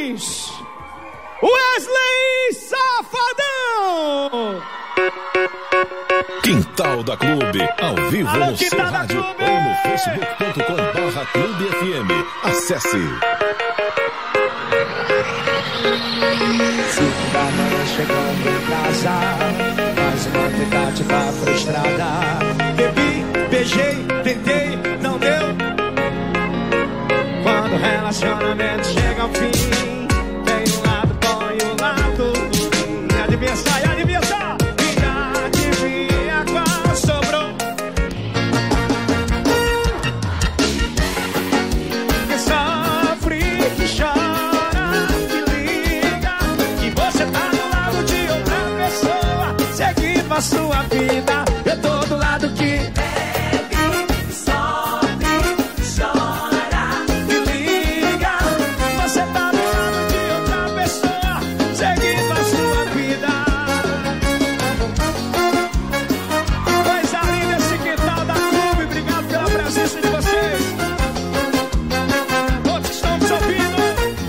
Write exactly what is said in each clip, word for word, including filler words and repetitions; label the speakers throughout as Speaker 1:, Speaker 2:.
Speaker 1: voz, Wesley Safadão.
Speaker 2: Quintal da Clube, ao vivo Alô, no seu rádio
Speaker 1: Clube.
Speaker 2: Ou no facebook ponto com barra Clube F M. Acesse.
Speaker 3: Cinco da manhã chegando em casa, mais uma tentativa frustrada. Bebi, beijei, tentei, não deu. Quando o relacionamento chega ao fim, tem um lado bom e um lado ruim. Adivinha só, adivinha só. Sua vida, eu tô do lado que bebe, sofre, chora e liga. Você tá do lado de outra pessoa, seguindo a sua vida. Coisa linda esse quintal da Clube. Obrigado pela presença de vocês. Todos que estão nos ouvindo.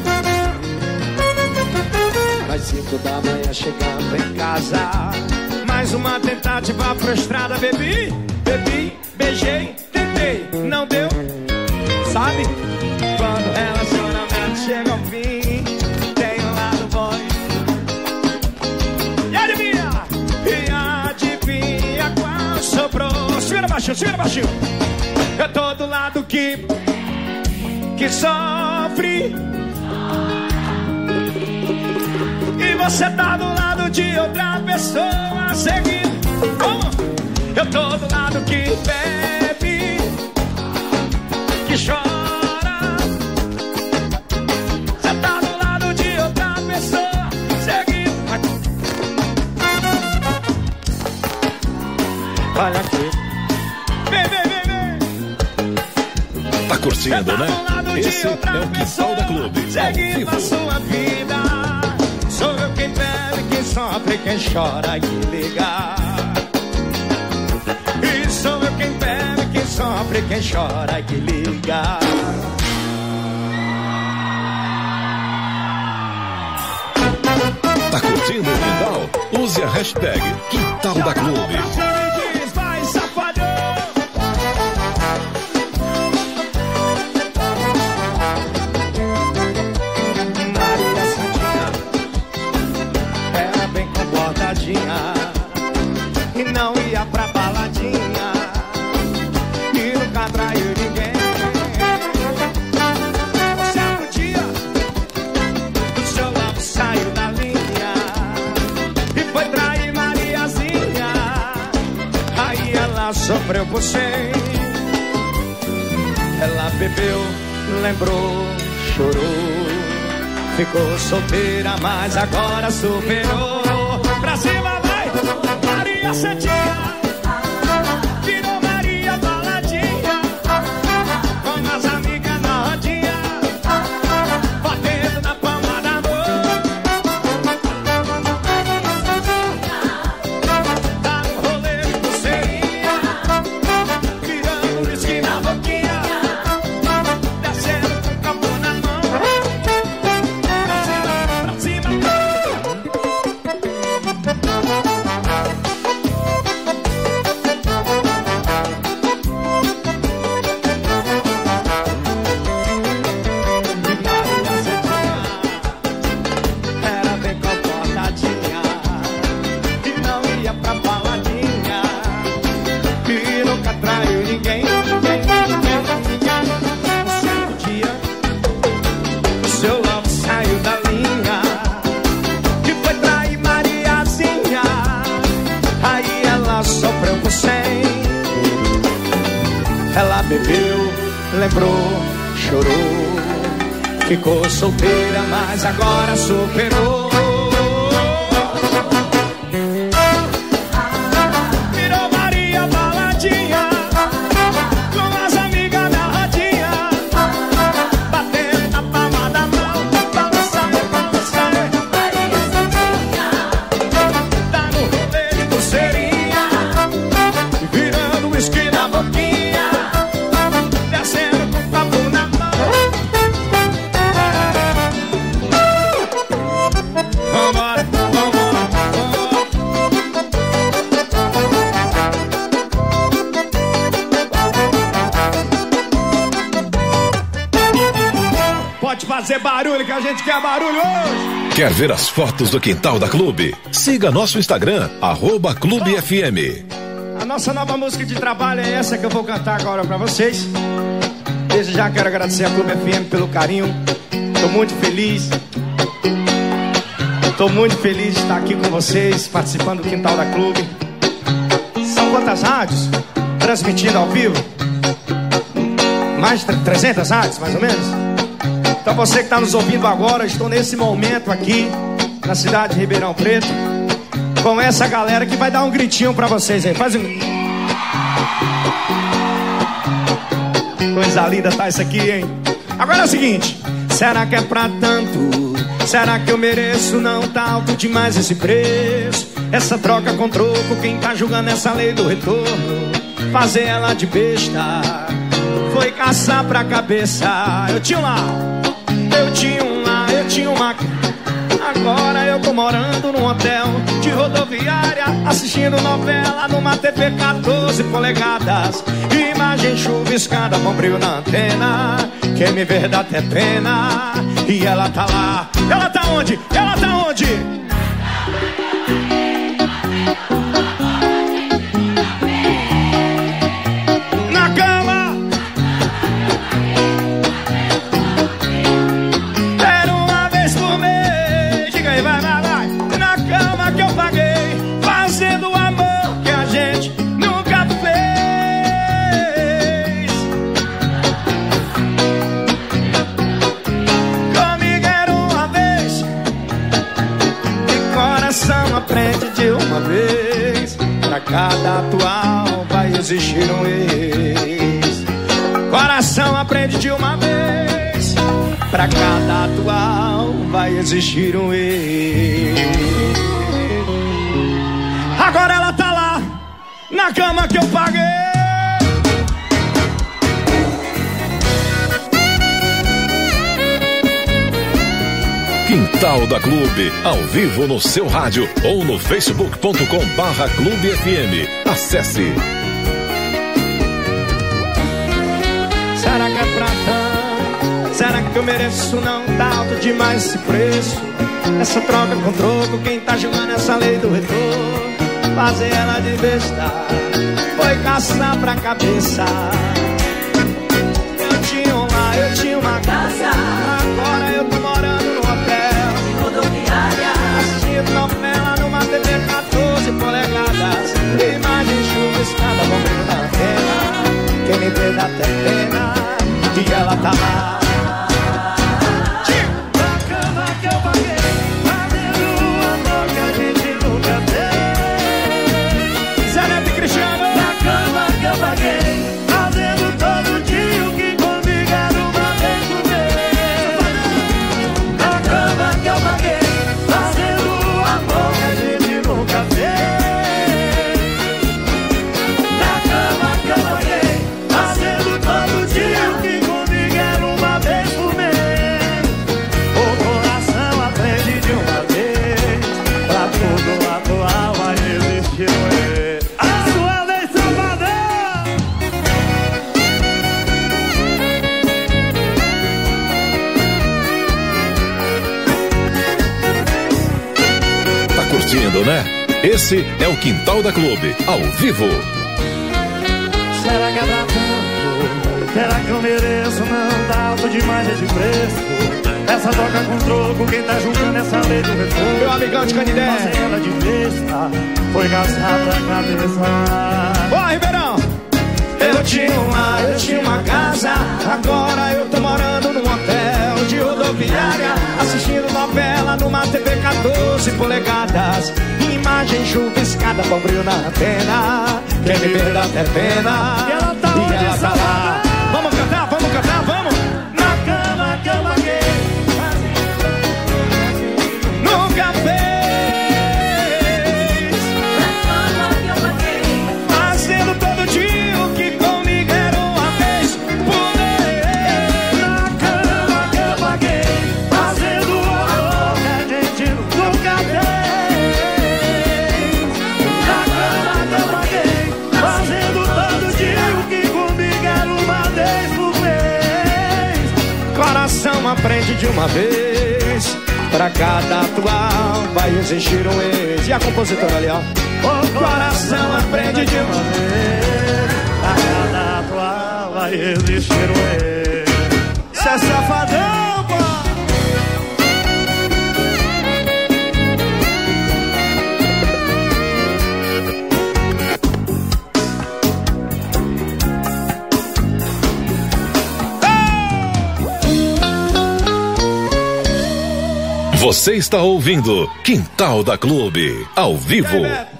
Speaker 3: Às cinco da manhã chegando em casa, mais uma tentativa frustrada. Bebi, bebi, beijei, tentei, não deu. Sabe? Quando o relacionamento chega ao fim, tem um lado bom. E adivinha? E adivinha qual sobrou? Segura baixinho, segura baixinho. Eu tô do lado que Que sofre. E você tá do lado de outra pessoa seguindo. Como? Eu tô do lado que bebe, que chora. Você tá do lado de outra pessoa seguindo. Olha aqui. Vem, vem, vem, vem.
Speaker 2: Tá curtindo, né? Esse é o Quintal da Clube.
Speaker 3: Seguindo a sua vida. Sou eu quem bebe, quem sofre, quem chora e liga. E sou eu quem bebe, quem sofre, quem chora e liga.
Speaker 2: Tá curtindo o Quintal? Use a hashtag Quintal da Clube.
Speaker 3: Vai, safadão. E não ia pra baladinha e nunca traiu ninguém. Um certo dia o seu lado saiu da linha e foi trair Mariazinha. Aí ela sofreu por cem. Ela bebeu, lembrou, chorou, ficou solteira, mas agora superou. Pra cima vai, Maria Santinha, virou Maria Baladinha, com as amigas na rodinha, batendo na palma da mão. Tá no rolê de pulseirinha, virando whisky na boquinha, descendo com o copo na mão. Pra cima, pra cima. Era bem comportadinha e não ia pra baladinha e nunca traiu ninguém, ninguém, ninguém, ninguém. Um certo dia o seu love saiu da linha e foi trair Mariazinha. Aí ela sofreu por cem. Ela bebeu, lembrou, chorou, ficou solteira, mas agora superou. Virou Maria Baladinha, com as amigas na rodinha, batendo na palma da mão. Balançando, balançando, Maria Santinha, tá no rolê de pulseirinha, virando whisky na boquinha, descendo com o copo na mão. Pode fazer barulho que a gente quer barulho hoje.
Speaker 2: Quer ver as fotos do quintal da Clube? Siga nosso Instagram, arroba Clube F M.
Speaker 3: A nossa nova música de trabalho é essa que eu vou cantar agora pra vocês. Desde já quero agradecer a Clube F M pelo carinho. Tô muito feliz. Tô muito feliz de estar aqui com vocês, participando do quintal da Clube. São quantas rádios transmitindo ao vivo? Mais de trezentas rádios, mais ou menos. Então você que está nos ouvindo agora, estou nesse momento aqui na cidade de Ribeirão Preto com essa galera que vai dar um gritinho pra vocês aí. Faz um... Coisa linda tá isso aqui, hein? Agora é o seguinte: será que é pra tanto? Será que eu mereço? Não tá alto demais esse preço? Essa troca com troco, quem tá julgando essa lei do retorno? Fazer ela de besta foi caçar pra cabeça. Eu tinha um lá, eu tinha um lá, eu tinha uma. Agora eu tô morando num hotel de rodoviária, assistindo novela numa T V quatorze polegadas. Imagem chuviscada com brilho na antena. Quem me vê dá até pena. E ela tá lá. Ela tá onde? Ela tá onde? Na cama. Era uma vez por mês. Diga aí, vai, vai, vai. Na cama que eu paguei, fazendo o amor que a gente nunca fez. Comigo era uma vez. E coração aprende de uma vez. Pra cada atual vai existir um ex. Coração aprende de uma vez. Pra cada atual vai existir um ex. Agora ela tá lá, na cama que eu paguei.
Speaker 2: Quintal da Clube, ao vivo no seu rádio ou no facebook ponto com barra Clube F M. Acesse.
Speaker 3: Será que é pra tanto? Será que eu mereço? Não tá alto demais esse preço? Essa troca com troco, quem tá julgando essa lei do retorno? Fazer ela de besta foi caçar pra cabeça. Eu tinha um lá, eu tinha uma casa. Agora eu tô morando num hotel de rodoviária, assistindo novela numa T V quatorze polegadas. Imagem chuviscada com brilho na antena. Quem me vê dá até pena. E ela tá lá. Na cama que eu paguei, fazendo o amor que a gente nunca fez. Zanete e Cristiano. Na cama que eu paguei, fazendo todo dia o que comigo era uma vez por mês. Na cama que eu paguei, fazendo o amor que a gente nunca fez. Na cama que eu paguei, fazendo todo dia o que comigo era uma vez por mês. O coração aprende de uma vez. Pra tudo atual vai existir um ex. A sua lei Salvador.
Speaker 2: Tá curtindo, né? Esse é o Quintal da Clube, ao vivo.
Speaker 3: Será que é pra tanto? Será que eu mereço? Não tá alto demais esse preço. Essa troca com troco, quem tá julgando essa lei do retorno? Meu amigão de Canidé. Fazer ela de besta foi caçar pra cabeça. Ó, Ribeirão! Eu tinha uma, eu tinha uma casa. Agora eu tô morando num hotel de rodoviária, assistindo novela numa T V quatorze polegadas. Imagem chuviscada com brilho na antena. Quem me vê dá até pena. E ela tá, e ela tá lá. Vamos cantar, vamos cantar, vamos! Na cama que eu paguei, nunca fez. Fazendo todo dia o que comigo era uma vez por mês. Na cama que eu paguei, fazendo o amor que a gente nunca fez. Na cama que eu paguei, fazendo todo dia o que comigo era uma aprende de uma vez. Pra cada atual vai existir um ex. E a compositora ali, ó. O coração aprende de uma vez. Pra cada atual vai existir um ex. Cê é safadão, pô.
Speaker 2: Você está ouvindo Quintal da Clube, ao vivo.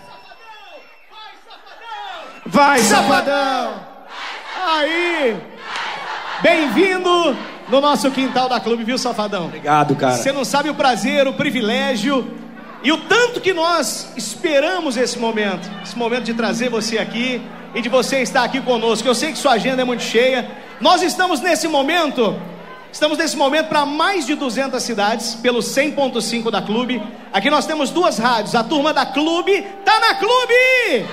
Speaker 3: Vai, safadão! Aí! Bem-vindo no nosso Quintal da Clube, viu, safadão?
Speaker 4: Obrigado, cara.
Speaker 3: Você não sabe o prazer, o privilégio e o tanto que nós esperamos esse momento. Esse momento de trazer você aqui e de você estar aqui conosco. Eu sei que sua agenda é muito cheia. Nós estamos nesse momento... Estamos nesse momento para mais de duzentas cidades, pelo cem ponto cinco da Clube. Aqui nós temos duas rádios. A turma da Clube tá na Clube!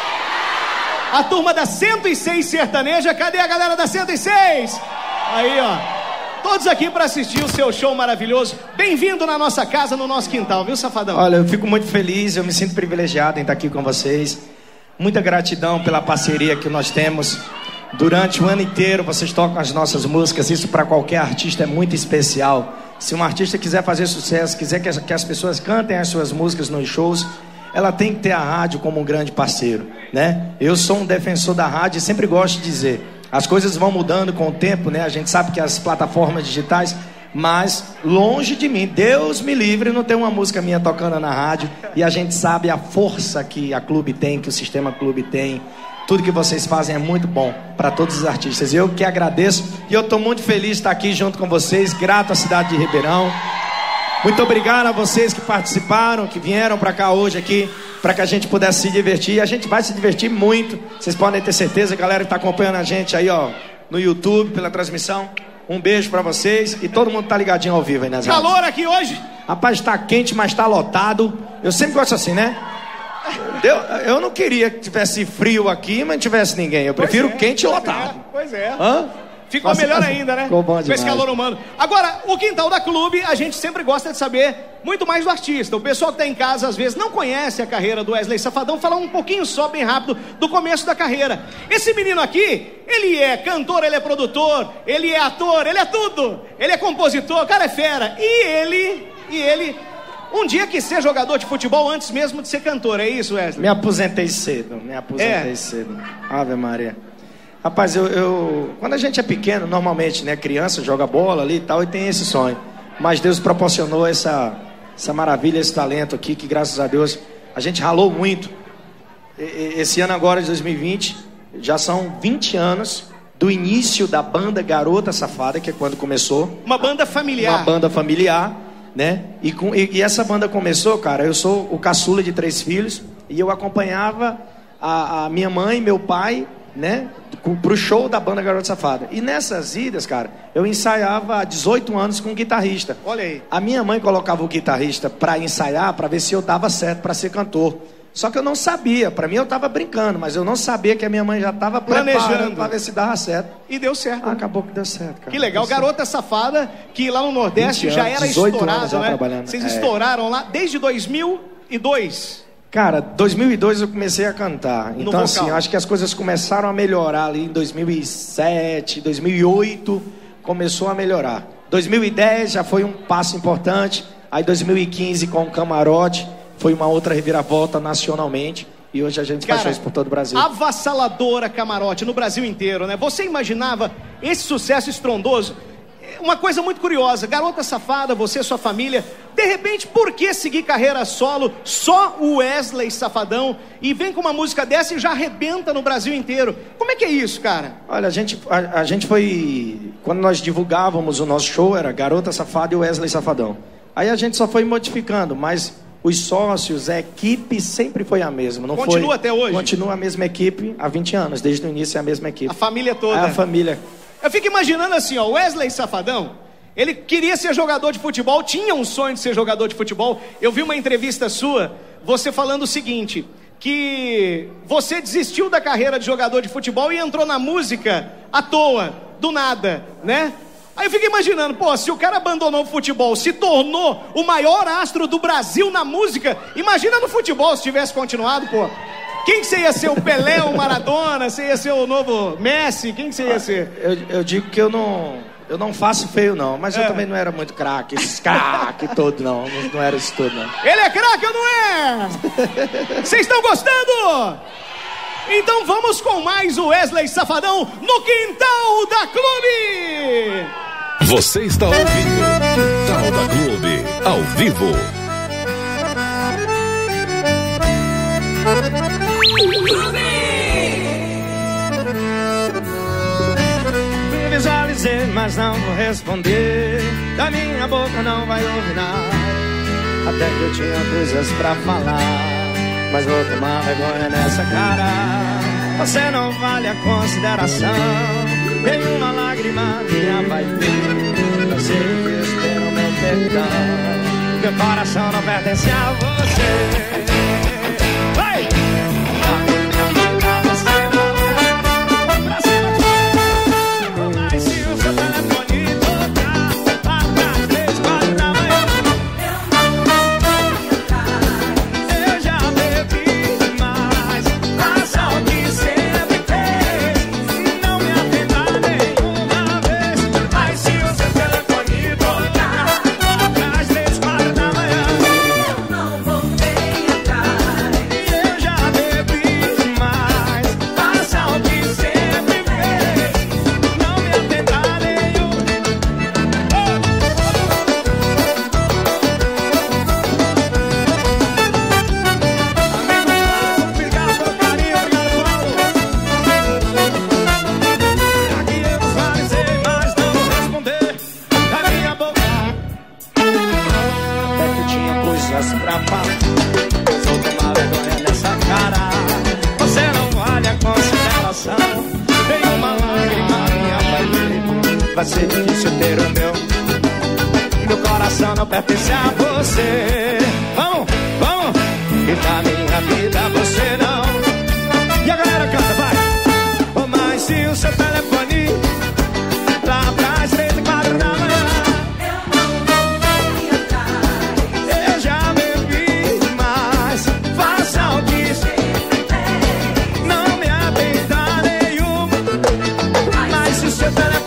Speaker 3: A turma da cento e seis sertaneja. Cadê a galera da cento e seis? Aí, ó. Todos aqui para assistir o seu show maravilhoso. Bem-vindo na nossa casa, no nosso quintal, viu, safadão?
Speaker 4: Olha, eu fico muito feliz, eu me sinto privilegiado em estar aqui com vocês. Muita gratidão pela parceria que nós temos. Durante o ano inteiro vocês tocam as nossas músicas. Isso para qualquer artista é muito especial. Se um artista quiser fazer sucesso, quiser que as, que as pessoas cantem as suas músicas nos shows, ela tem que ter a rádio como um grande parceiro, né? Eu sou um defensor da rádio e sempre gosto de dizer, as coisas vão mudando com o tempo, né? A gente sabe que as plataformas digitais, mas longe de mim, Deus me livre, não tem uma música minha tocando na rádio. E a gente sabe a força que a Clube tem, que o Sistema Clube tem. Tudo que vocês fazem é muito bom para todos os artistas. Eu que agradeço e eu estou muito feliz de estar aqui junto com vocês. Grato à cidade de Ribeirão. Muito obrigado a vocês que participaram, que vieram para cá hoje aqui, para que a gente pudesse se divertir. A gente vai se divertir muito. Vocês podem ter certeza, a galera que está acompanhando a gente aí, ó, no YouTube, pela transmissão. Um beijo para vocês e todo mundo tá ligadinho ao vivo aí nas rádios.
Speaker 3: Calor aqui hoje?
Speaker 4: Rapaz, tá quente, mas tá lotado. Eu sempre gosto assim, né? Eu, eu não queria que tivesse frio aqui, mas não tivesse ninguém. Eu prefiro
Speaker 3: é,
Speaker 4: quente e
Speaker 3: pois
Speaker 4: lotado.
Speaker 3: É, pois é.
Speaker 4: Hã?
Speaker 3: Ficou
Speaker 4: Nossa,
Speaker 3: melhor
Speaker 4: tá...
Speaker 3: ainda, né?
Speaker 4: Ficou bom demais.
Speaker 3: Com esse calor humano. Agora, o Quintal da Clube, a gente sempre gosta de saber muito mais do artista. O pessoal que tá em casa, às vezes, não conhece a carreira do Wesley Safadão. Falar um pouquinho só, bem rápido, do começo da carreira. Esse menino aqui, ele é cantor, ele é produtor, ele é ator, ele é tudo. Ele é compositor, o cara é fera. E ele, e ele... Um dia quis ser jogador de futebol antes mesmo de ser cantor, é isso, Wesley?
Speaker 4: Me aposentei cedo, me aposentei é. cedo. Ave Maria. Rapaz, eu, eu... Quando a gente é pequeno, normalmente, né? Criança joga bola ali e tal e tem esse sonho. Mas Deus proporcionou essa, essa maravilha, esse talento aqui, que graças a Deus a gente ralou muito. E, esse ano agora, de dois mil e vinte, já são vinte anos do início da banda Garota Safada, que é quando começou.
Speaker 3: Uma banda familiar.
Speaker 4: Uma banda familiar. Né? E, com, e, e essa banda começou, cara, eu sou o caçula de três filhos e eu acompanhava a, a minha mãe e meu pai, né, pro show da banda Garota Safada. E nessas idas, cara, eu ensaiava há dezoito anos com um guitarrista.
Speaker 3: Olha aí.
Speaker 4: A minha mãe colocava o guitarrista pra ensaiar, pra ver se eu dava certo pra ser cantor. Só que eu não sabia, pra mim eu tava brincando, mas eu não sabia que a minha mãe já tava planejando pra ver se dava certo.
Speaker 3: E deu certo.
Speaker 4: Ah, acabou que deu certo, cara.
Speaker 3: Que legal, Garota Safada, que lá no Nordeste já era estourado, né? Vocês é. estouraram lá desde dois mil e dois.
Speaker 4: Cara, dois mil e dois eu comecei a cantar.
Speaker 3: No
Speaker 4: então
Speaker 3: vocal.
Speaker 4: assim, eu acho que as coisas começaram a melhorar ali em dois mil e sete, dois mil e oito, começou a melhorar. dois mil e dez já foi um passo importante. Aí dois mil e quinze com o Camarote foi uma outra reviravolta nacionalmente. E hoje a gente Cara, faz shows por todo o Brasil.
Speaker 3: Avassaladora Camarote no Brasil inteiro, né? Você imaginava esse sucesso estrondoso? Uma coisa muito curiosa, Garota Safada, você e sua família, de repente, por que seguir carreira solo, só o Wesley Safadão, e vem com uma música dessa e já arrebenta no Brasil inteiro? Como é que é isso, cara?
Speaker 4: Olha, a gente, a, a gente foi... Quando nós divulgávamos o nosso show, era Garota Safada e Wesley Safadão. Aí a gente só foi modificando, mas... Os sócios, a equipe sempre foi a mesma. Não
Speaker 3: Continua
Speaker 4: foi,
Speaker 3: até hoje?
Speaker 4: Continua a mesma equipe há vinte anos. Desde o início é a mesma equipe.
Speaker 3: A família toda.
Speaker 4: É a família.
Speaker 3: Eu fico imaginando assim, ó, Wesley Safadão, ele queria ser jogador de futebol, tinha um sonho de ser jogador de futebol. Eu vi uma entrevista sua, você falando o seguinte, que você desistiu da carreira de jogador de futebol e entrou na música à toa, do nada, né?
Speaker 1: Aí eu fico imaginando, pô, se o cara abandonou o futebol, se tornou o maior astro do Brasil na música, imagina no futebol se tivesse continuado, pô. Quem que você ia ser? O Pelé, o Maradona? Você ia ser o novo Messi? Quem que você ia ser?
Speaker 4: Eu, eu digo que eu não, eu não faço feio, não. Mas é. eu também não era muito craque, esses craque todo, não. não. Não era isso tudo, não.
Speaker 1: Ele é craque ou não é? Vocês estão gostando? Então vamos com mais o Wesley Safadão no Quintal da Clube.
Speaker 2: Você está ouvindo Quintal da Clube, ao vivo.
Speaker 4: Visualizei, mas não vou responder. Da minha boca não vai ouvir nada. Até que eu tinha coisas pra falar, mas vou tomar vergonha nessa cara. Você não vale a consideração. Nenhuma lágrima minha vai ver. Você que espera o meu perdão. Meu coração não pertence a você. Vai!
Speaker 3: Vai ser difícil ter o meu. Meu coração não pertence a você. Vamos, vamos. E da minha vida você não. E a galera canta, vai. Oh, mas se o seu telefone lá atrás, três e quatro da manhã, eu já bebi demais. Faça o que não me atenta nenhuma. Mas se o seu telefone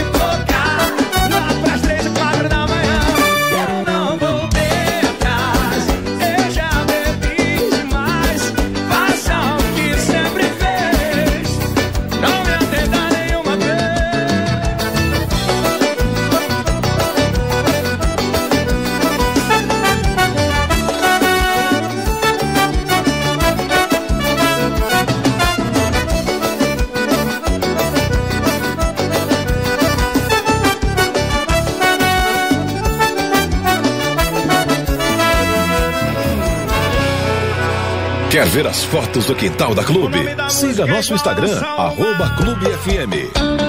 Speaker 2: Quer ver as fotos do Quintal da Clube? Siga nosso Instagram, arroba Clube F M.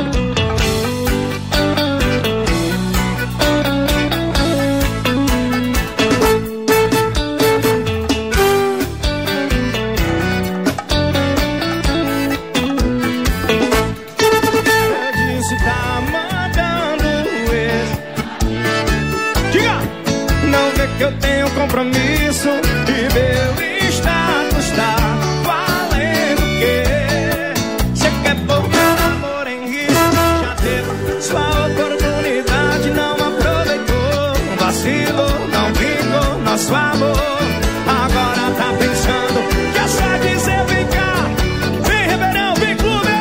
Speaker 3: Não vê que eu tenho compromisso e meu status tá valendo o quê? Você quer pôr meu amor em risco? Já teve sua oportunidade, não aproveitou. Vacilou, não vingou nosso amor. Agora tá pensando que é só dizer vem cá. Vem Ribeirão, vem Clube.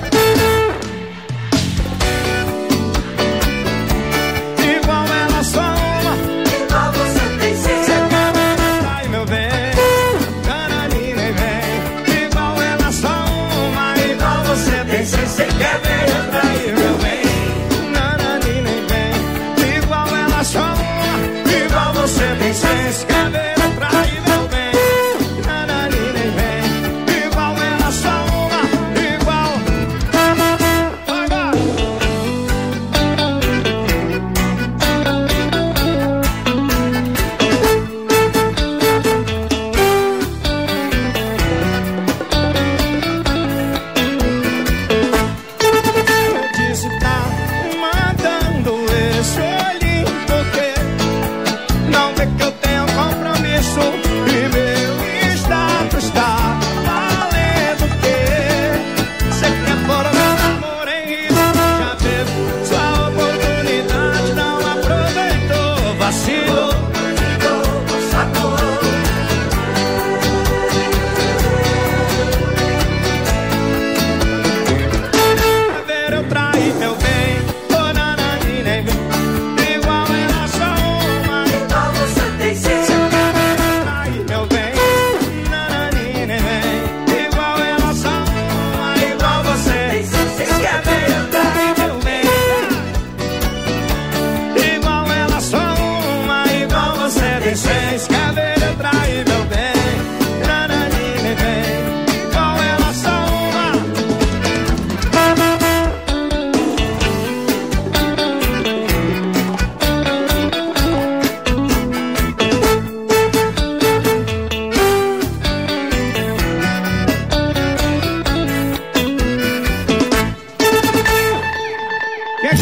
Speaker 3: Igual ela só uma, igual você tem ser. Você quer ver, ai meu bem. Você quer ver eu trair, meu bem? Nanani nem vem. Igual ela só uma, igual você tem senso. Quer ver eu trair?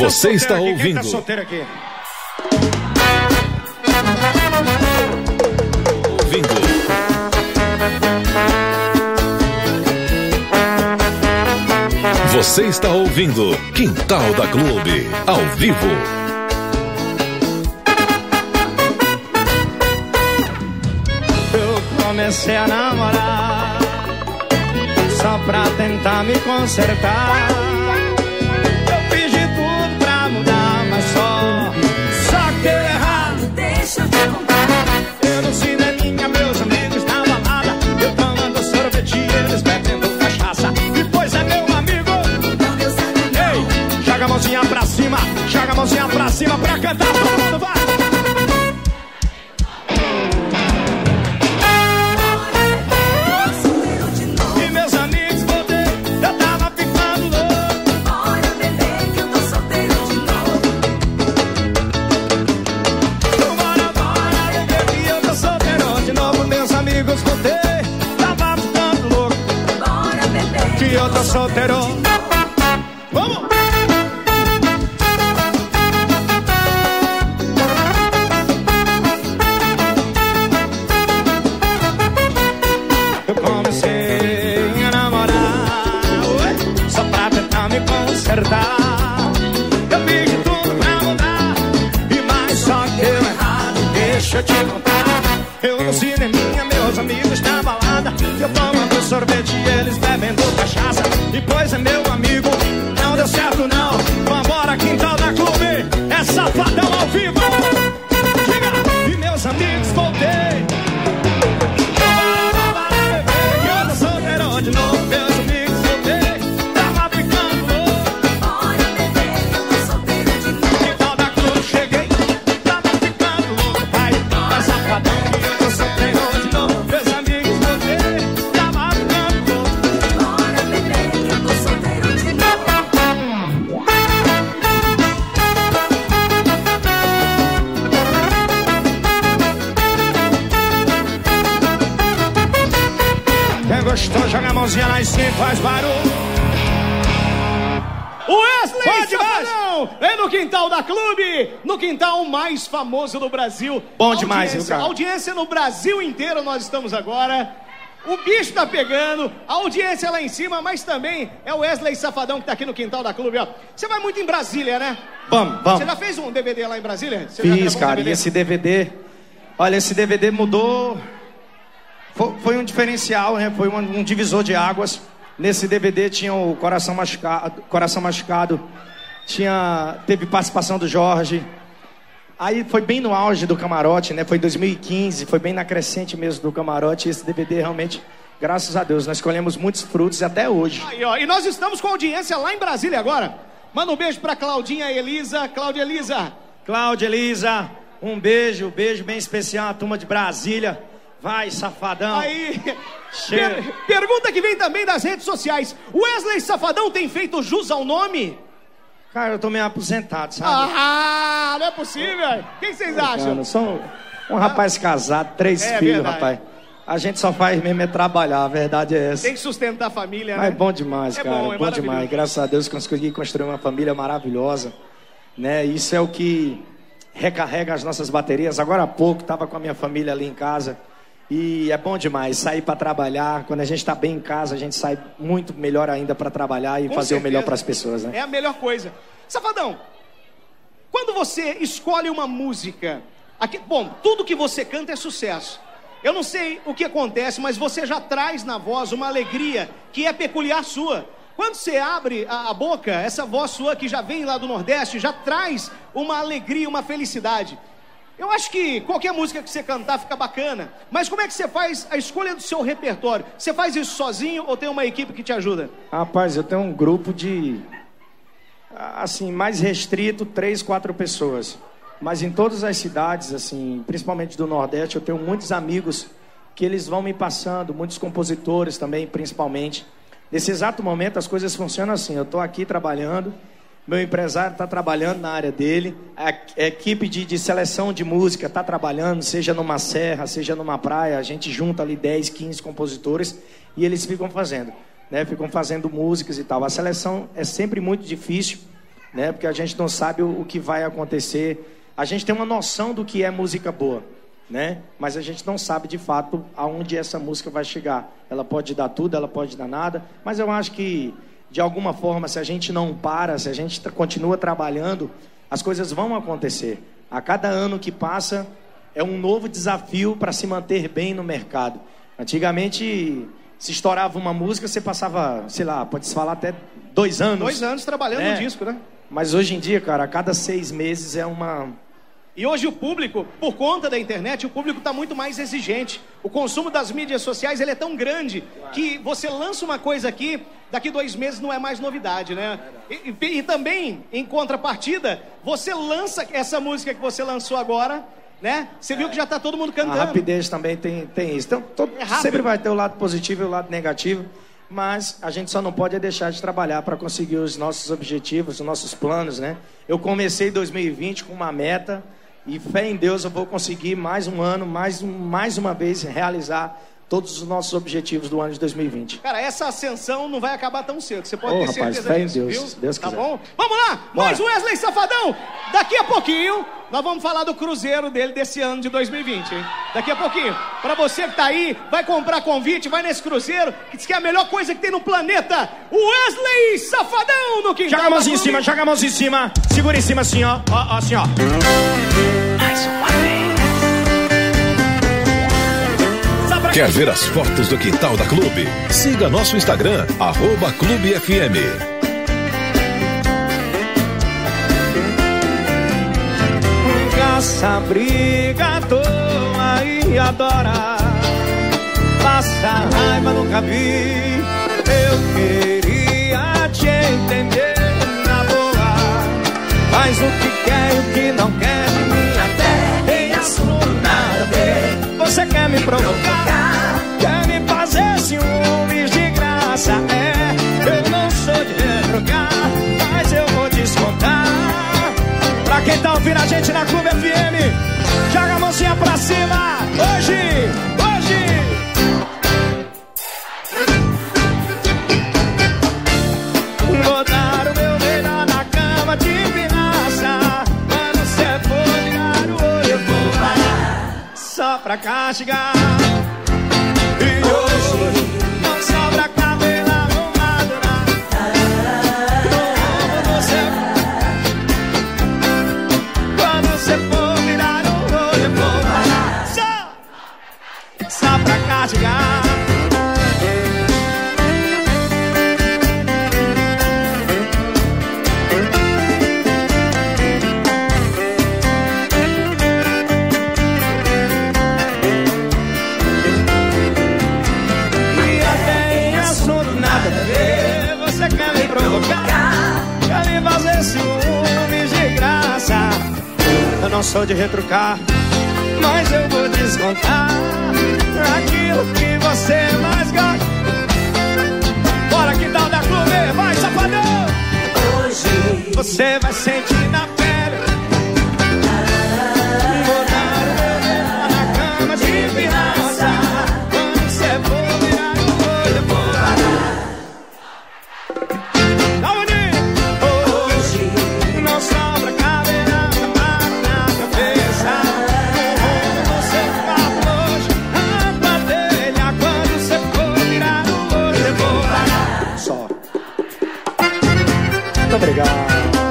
Speaker 2: Você está
Speaker 3: aqui?
Speaker 2: ouvindo.
Speaker 3: Quem tá solteiro aqui?
Speaker 2: Ouvindo. Você está ouvindo Quintal da Clube, ao vivo.
Speaker 3: Eu comecei a namorar só pra tentar me consertar. Eu fiz de tudo pra mudar, mas só Só que deu errado.
Speaker 5: Deixa eu te contar.
Speaker 3: Eu no cineminha, meus amigos na balada, eu tomando sorvete, eles bebendo cachaça. Depois é meu amigo.
Speaker 5: Não deu certo, não.
Speaker 3: Ei, joga a mãozinha pra cima, joga a mãozinha pra cima pra cantar. Todo mundo vai. E meus amigos, voltei, eu tava ficando louco.
Speaker 5: Bora beber que eu tô solteiro de novo.
Speaker 3: Bora, bora, beber que eu tô solteiro de novo. Meus amigos, voltei, tava ficando louco.
Speaker 5: Bora beber
Speaker 3: Que eu tô solteiro. Vamos! Eu comecei a namorar, ué, só pra tentar me consertar. Eu fiz de tudo pra mudar, e mais só que deu errado. Deixa eu te contar. Eu no cineminha, meus amigos na balada, eu tomando sorvete e eles bebendo cachaça. Depois é meu amigo, não deu certo não. Vambora, Quintal da Clube, é Safadão ao vivo. Diga, e meus amigos, voltei. De novo, meus amigos, voltei, tava ficando louco.
Speaker 5: Bora beber que eu tô solteiro de novo.
Speaker 3: Quintal da Clube, cheguei, tava ficando louco. Vai, tá safadão que eu tô solteiro de novo. Meus amigos, voltei, tava ficando louco.
Speaker 5: Bora beber que eu tô solteiro de novo.
Speaker 3: Quem gostou, joga a mãozinha lá em cima e faz barulho.
Speaker 1: Wesley
Speaker 3: Pode mais.
Speaker 1: Safadão é no Quintal da Clube, no quintal mais famoso do Brasil.
Speaker 4: Bom demais,
Speaker 1: audiência,
Speaker 4: viu, cara?
Speaker 1: audiência no Brasil inteiro nós estamos agora. O bicho tá pegando, a audiência lá em cima, mas também é o Wesley Safadão que tá aqui no Quintal da Clube, ó. Você vai muito em Brasília, né?
Speaker 4: Vamos, vamos.
Speaker 1: Você já fez um D V D lá em Brasília? Você já
Speaker 4: Fiz,
Speaker 1: gravou um
Speaker 4: cara,
Speaker 1: D V D?
Speaker 4: e esse D V D, olha, esse D V D mudou, foi, foi um diferencial, né? Foi um, um divisor de águas. Nesse D V D tinha o Coração Machucado, Coração Machucado, tinha, teve participação do Jorge. Aí foi bem no auge do camarote, né? Foi em dois mil e quinze, foi bem na crescente mesmo do camarote. Esse D V D realmente, graças a Deus, nós colhemos muitos frutos até hoje.
Speaker 1: Aí, ó, e nós estamos com audiência lá em Brasília agora. Manda um beijo pra Claudinha e Elisa. Cláudia Elisa.
Speaker 4: Cláudia, Elisa, um beijo, um beijo bem especial à turma de Brasília. Vai, safadão.
Speaker 1: Aí,
Speaker 4: Chega.
Speaker 1: per- pergunta que vem também das redes sociais. Wesley Safadão tem feito jus ao nome?
Speaker 4: Cara, eu tô meio aposentado, sabe?
Speaker 1: Ah, não é possível. O que vocês acham?
Speaker 4: Eu sou um rapaz casado, três
Speaker 1: É
Speaker 4: filhos,
Speaker 1: verdade.
Speaker 4: rapaz. A gente só faz mesmo é trabalhar, a verdade é essa.
Speaker 1: Tem que sustentar a família,
Speaker 4: Mas
Speaker 1: né?
Speaker 4: é bom demais,
Speaker 1: É
Speaker 4: cara,
Speaker 1: bom,
Speaker 4: bom,
Speaker 1: é maravilhoso.
Speaker 4: demais. Graças a Deus consegui construir uma família maravilhosa, né? Isso é o que recarrega as nossas baterias. Agora há pouco tava com a minha família ali em casa e é bom demais sair para trabalhar. Quando a gente tá bem em casa, a gente sai muito melhor ainda para trabalhar e
Speaker 1: Com
Speaker 4: fazer
Speaker 1: certeza.
Speaker 4: o melhor para as pessoas, né?
Speaker 1: É a melhor coisa. Safadão, quando você escolhe uma música, aqui, bom, tudo que você canta é sucesso. Eu não sei o que acontece, mas você já traz na voz uma alegria que é peculiar sua. Quando você abre a, a boca, essa voz sua que já vem lá do Nordeste, já traz uma alegria, uma felicidade. Eu acho que qualquer música que você cantar fica bacana, mas como é que você faz a escolha do seu repertório? Você faz isso sozinho ou tem uma equipe que te ajuda?
Speaker 4: Rapaz, eu tenho um grupo de, assim, mais restrito, três, quatro pessoas. Mas em todas as cidades, assim, principalmente do Nordeste, eu tenho muitos amigos que eles vão me passando, muitos compositores também, principalmente. Nesse exato momento, as coisas funcionam assim. Eu estou aqui trabalhando, meu empresário está trabalhando na área dele, a equipe de, de seleção de música está trabalhando, seja numa serra, seja numa praia, a gente junta ali dez, quinze compositores e eles ficam fazendo, né? Ficam fazendo músicas e tal. A seleção é sempre muito difícil, né? Porque a gente não sabe o, o que vai acontecer. A gente tem uma noção do que é música boa, né? Mas a gente não sabe de fato aonde essa música vai chegar. Ela pode dar tudo, ela pode dar nada, mas eu acho que de alguma forma, se a gente não para, se a gente continua trabalhando, as coisas vão acontecer. A cada ano que passa é um novo desafio para se manter bem no mercado. Antigamente, se estourava uma música, você passava, sei lá, pode-se falar até dois anos.
Speaker 1: Dois anos trabalhando
Speaker 4: né?
Speaker 1: no disco, né?
Speaker 4: Mas hoje em dia, cara, a cada seis meses é uma...
Speaker 1: E hoje o público, por conta da internet, o público está muito mais exigente. O consumo das mídias sociais ele é tão grande que você lança uma coisa aqui, daqui dois meses não é mais novidade, né? E, e, e também, em contrapartida, você lança essa música que você lançou agora, né? Você viu que já está todo mundo cantando.
Speaker 4: A rapidez também tem, tem isso. Então, todo,
Speaker 1: É rápido.
Speaker 4: sempre vai ter o lado positivo e o lado negativo, mas a gente só não pode deixar de trabalhar para conseguir os nossos objetivos, os nossos planos, né? Eu comecei dois mil e vinte com uma meta e fé em Deus eu vou conseguir mais um ano, mais, um, mais uma vez realizar todos os nossos objetivos do ano de dois mil e vinte.
Speaker 1: Cara, essa ascensão não vai acabar tão cedo. Você pode
Speaker 4: Ô,
Speaker 1: ter
Speaker 4: rapaz,
Speaker 1: certeza
Speaker 4: fé em
Speaker 1: disso,
Speaker 4: Deus,
Speaker 1: viu?
Speaker 4: Deus
Speaker 1: tá
Speaker 4: quiser.
Speaker 1: bom? Vamos lá,
Speaker 4: Bora.
Speaker 1: mais um Wesley Safadão. Daqui a pouquinho, nós vamos falar do cruzeiro dele desse ano de dois mil e vinte, hein? Daqui a pouquinho. Pra você que tá aí, vai comprar convite, vai nesse cruzeiro, que diz que é a melhor coisa que tem no planeta. O Wesley Safadão no quintal.
Speaker 4: Joga a mãozinha em
Speaker 1: da
Speaker 4: cima,
Speaker 1: Clube.
Speaker 4: joga a mãozinha em cima. Segura em cima assim, ó. Ó, ó, assim, ó.
Speaker 2: Quer ver as fotos do quintal da Clube? Siga nosso Instagram, arroba Clube F M.
Speaker 3: Caça, briga à toa e adora. Passa raiva, nunca vi. Eu queria te entender na boa. Faz o que quer e o que não quer de mim. Até tem assunto nada a ver. Você quer me provocar, quer me fazer ciúmes de graça. É, eu não sou de retrucar, mas eu vou descontar. Pra quem tá ouvindo a gente na Clube F M, joga a mãozinha pra cima. Hoje, hoje vou dar o meu melhor na cama de pirraça. Quando cê for virar o olho, eu vou parar só pra castigar. E hoje não sobra cabelo arrumado na você. Quando você for virar o olho, eu vou parar só, só pra castigar. Você quer me provocar, quer me fazer ciúmes de graça. Eu não sou de retrucar, mas eu vou descontar aquilo que você mais gosta. Bora, que tal da Clube, vai, Safadão. Hoje você vai sentir na pele. Vou dar o meu melhor na cama de pirraça. Quando você for virar o olho, eu vou parar. Sobra cabelo arrumado na cabeça. Como você ficar longe, a telha. Quando você for virar o olho, eu vou parar só.
Speaker 4: Muito obrigado.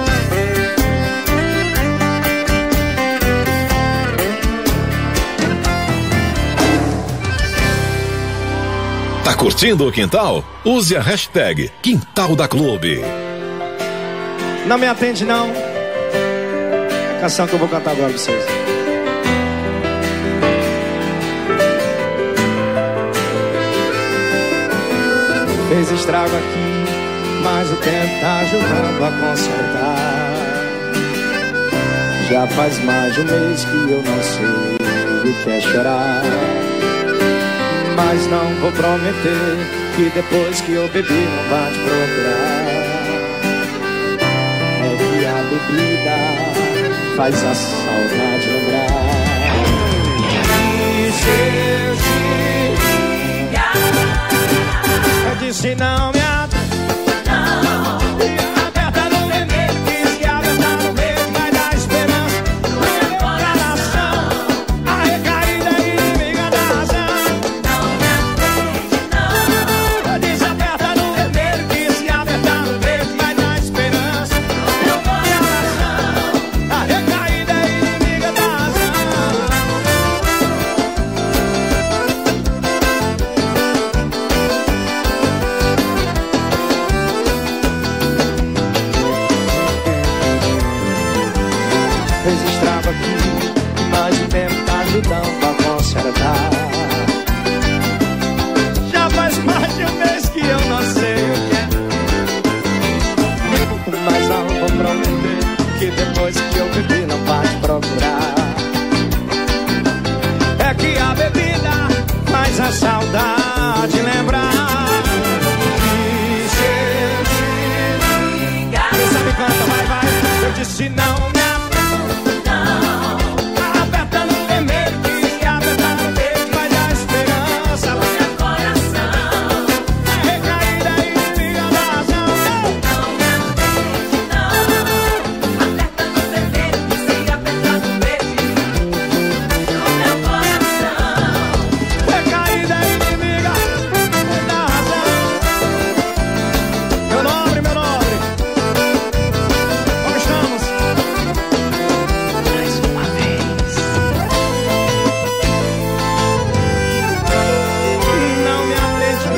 Speaker 2: Tá curtindo o quintal? Use a hashtag Quintal da Clube.
Speaker 4: Não me atende, não. É a canção que eu vou cantar agora pra vocês.
Speaker 3: Fez estrago aqui, mas o tempo tá ajudando a consertar. Já faz mais de um mês que eu não sei o que é chorar. Mas não vou prometer que depois que eu bebi não vai te procurar. É que a bebida faz a saudade lembrar. E se eu te... Eu disse não me atrasa. Não. Me aperta no vermelho, quis a saudade lembrar. E se eu te ligar, quem sabe canta, vai, vai. Eu disse não, me aperta, não. Aperta no vermelho, que se apertar no verde vai dar esperança no meu coração. É recaída e liga da razão.
Speaker 5: Não me atende, não. Aperta no vermelho, que se apertar no verde no meu coração.
Speaker 3: Recaída e inimiga da razão. Meu nobre, meu nobre, como estamos? Mais uma vez. Não me atende,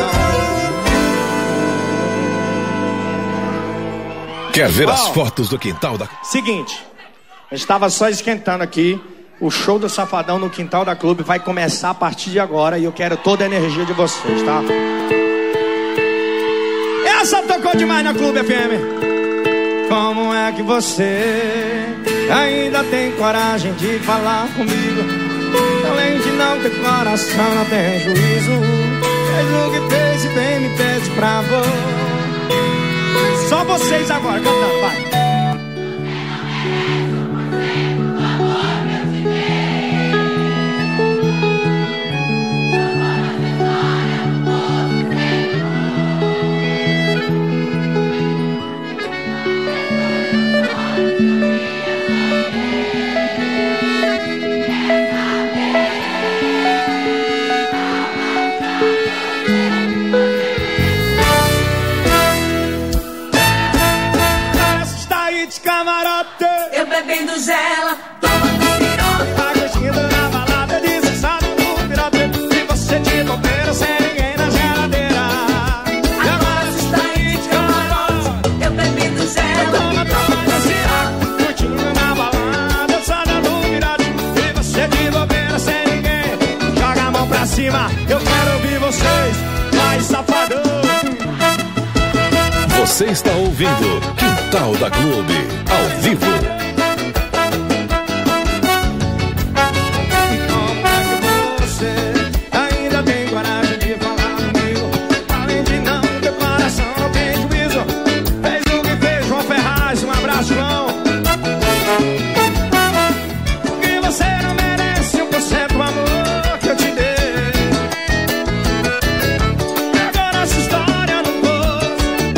Speaker 3: não.
Speaker 2: Quer ver as
Speaker 3: Ó.
Speaker 2: fotos do quintal da...
Speaker 4: Seguinte, eu estava só esquentando aqui. O show do Safadão no Quintal da Clube vai começar a partir de agora e eu quero toda a energia de vocês, tá?
Speaker 3: Essa tocou demais na Clube F M. Como é que você ainda tem coragem de falar comigo? Além de não ter coração, não tem juízo. Fez o que fez e bem me pede pra você. Só vocês agora cantando, vai. Está aí de camarote,
Speaker 5: Eu bebendo gela, tomando sirope.
Speaker 3: tá curtindo na balada, deslizado no pirote. E você de bobeira, sem ninguém na geladeira. E agora você está aí de camarote,
Speaker 5: Eu bebendo gela,
Speaker 3: toma, toma, sirope. Curtindo na balada, só dando virote. E você de bobeira, sem ninguém. Joga a mão pra cima, eu quero ouvir vocês. Vai, safadão.
Speaker 2: Você está ouvindo Quintal da Clube, ao vivo.
Speaker 3: Como é que você ainda tem coragem de falar comigo? Além de não ter coração, não tem juízo. Fez o que fez, João Ferraz, um abraço, João. Que você não merece um por cento do amor que eu te dei. E agora essa história não pôs.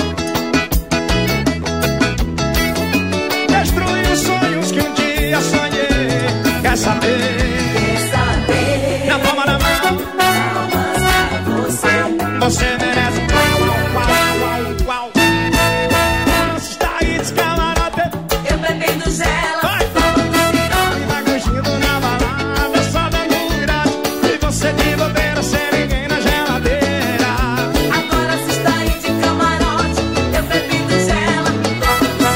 Speaker 3: Destruiu os sonhos que um dia sonhei. Quer saber?
Speaker 5: quer saber?
Speaker 3: Na palma da mão,
Speaker 5: Palmas pra você.
Speaker 3: você merece. Uau, uau, uau, uau. Você está aí de camarote,
Speaker 5: Eu bebendo gela,
Speaker 3: vai,
Speaker 5: tomando sirope.
Speaker 3: vai curtindo na balada, só dando virote. E você de bobeira, sem ninguém na geladeira.
Speaker 5: Agora você está aí de camarote. Eu bebendo gela, tomando